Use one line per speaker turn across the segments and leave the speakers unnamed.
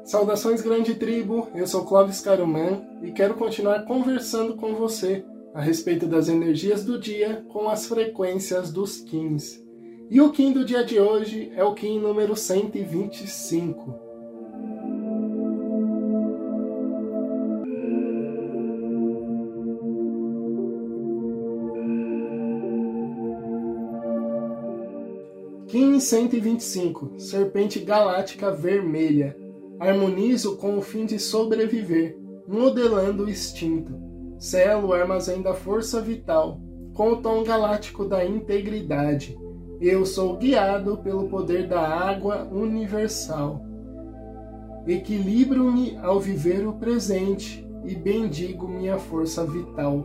Saudações, grande tribo, eu sou Clóvis Caruman e quero continuar conversando com você a respeito das energias do dia com as frequências dos Qins. E o Qin do dia de hoje é o Qin número 125. Qin 125, Serpente Galáctica Vermelha. Harmonizo com o fim de sobreviver, modelando o instinto. Selo o armazém da força vital, com o tom galáctico da integridade. Eu sou guiado pelo poder da água universal. Equilibro-me ao viver o presente e bendigo minha força vital.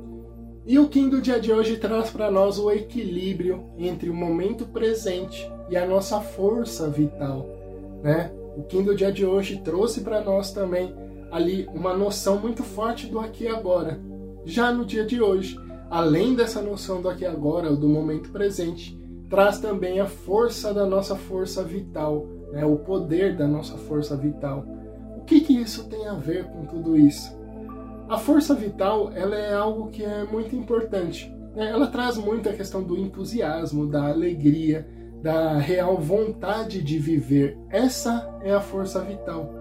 E o Qin do dia de hoje traz para nós o equilíbrio entre o momento presente e a nossa força vital, né? O Qin do dia de hoje trouxe para nós também ali uma noção muito forte do aqui e agora. Já no dia de hoje, além dessa noção do aqui e agora, do momento presente, traz também a força da nossa força vital, né? O poder da nossa força vital. O que isso tem a ver com tudo isso? A força vital, ela é algo que é muito importante, né? Ela traz muito a questão do entusiasmo, da alegria, da real vontade de viver. Essa é a força vital.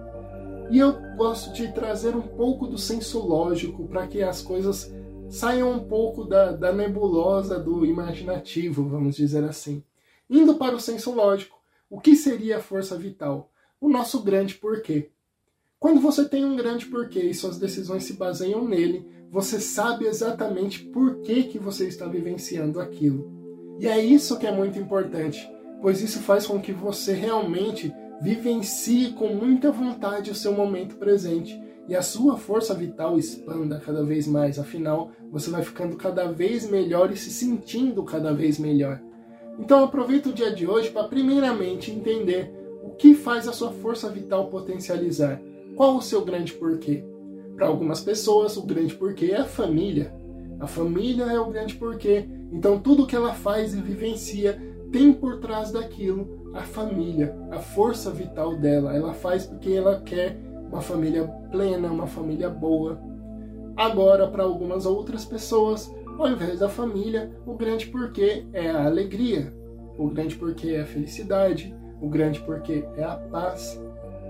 E eu gosto de trazer um pouco do senso lógico para que as coisas saiam um pouco da nebulosa do imaginativo, vamos dizer assim. Indo para o senso lógico, o que seria a força vital? O nosso grande porquê. Quando você tem um grande porquê e suas decisões se baseiam nele, você sabe exatamente por que você está vivenciando aquilo. E é isso que é muito importante, pois isso faz com que você realmente vivencie com muita vontade o seu momento presente e a sua força vital expanda cada vez mais. Afinal, você vai ficando cada vez melhor e se sentindo cada vez melhor. Então aproveita o dia de hoje para primeiramente entender o que faz a sua força vital potencializar. Qual o seu grande porquê? Para algumas pessoas, o grande porquê é a família. A família é o grande porquê. Então tudo que ela faz e vivencia tem por trás daquilo a família, a força vital dela. Ela faz porque ela quer uma família plena, uma família boa. Agora, para algumas outras pessoas, ao invés da família, o grande porquê é a alegria. O grande porquê é a felicidade. O grande porquê é a paz.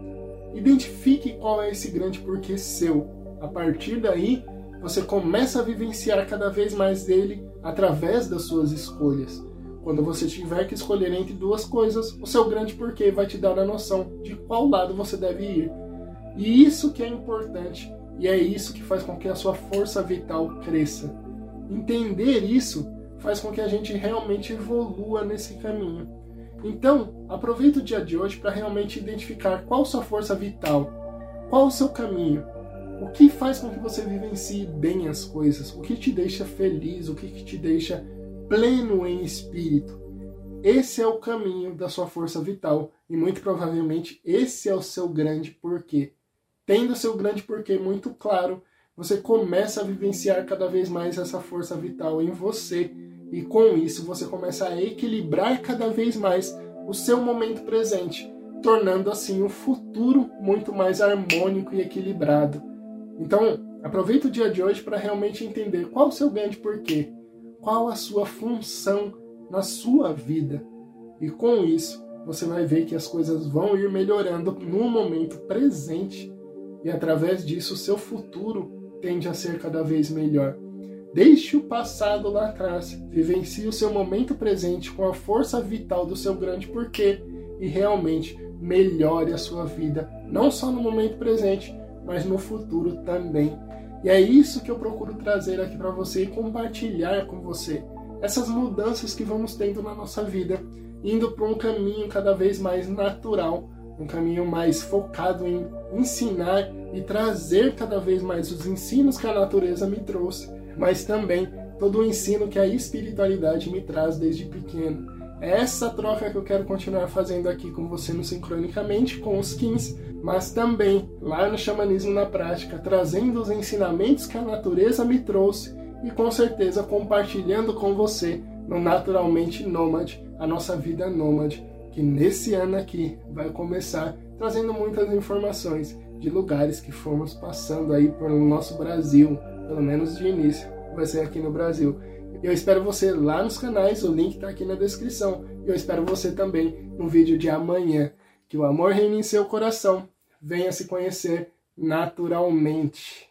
Identifique qual é esse grande porquê seu. A partir daí, você começa a vivenciar cada vez mais dele através das suas escolhas. Quando você tiver que escolher entre duas coisas, o seu grande porquê vai te dar a noção de qual lado você deve ir. E isso que é importante, e é isso que faz com que a sua força vital cresça. Entender isso faz com que a gente realmente evolua nesse caminho. Então, aproveita o dia de hoje para realmente identificar qual a sua força vital, qual o seu caminho. O que faz com que você vivencie bem as coisas? O que te deixa feliz? O que te deixa pleno em espírito? Esse é o caminho da sua força vital e muito provavelmente esse é o seu grande porquê. Tendo o seu grande porquê muito claro, você começa a vivenciar cada vez mais essa força vital em você e com isso você começa a equilibrar cada vez mais o seu momento presente, tornando assim o futuro muito mais harmônico e equilibrado. Então, aproveita o dia de hoje para realmente entender qual o seu grande porquê, qual a sua função na sua vida. E com isso, você vai ver que as coisas vão ir melhorando no momento presente e através disso o seu futuro tende a ser cada vez melhor. Deixe o passado lá atrás, vivencie o seu momento presente com a força vital do seu grande porquê e realmente melhore a sua vida, não só no momento presente, mas no futuro também. E é isso que eu procuro trazer aqui para você e compartilhar com você. Essas mudanças que vamos tendo na nossa vida, indo para um caminho cada vez mais natural, um caminho mais focado em ensinar e trazer cada vez mais os ensinos que a natureza me trouxe, mas também todo o ensino que a espiritualidade me traz desde pequeno. É essa troca que eu quero continuar fazendo aqui com você no Sincronicamente com os Qins, mas também lá no Xamanismo na Prática, trazendo os ensinamentos que a natureza me trouxe e com certeza compartilhando com você no Naturalmente Nômade, a nossa vida nômade, que nesse ano aqui vai começar trazendo muitas informações de lugares que fomos passando aí pelo nosso Brasil, pelo menos de início, vai ser aqui no Brasil. Eu espero você lá nos canais, o link está aqui na descrição. E eu espero você também no vídeo de amanhã. Que o amor reine em seu coração. Venha se conhecer naturalmente.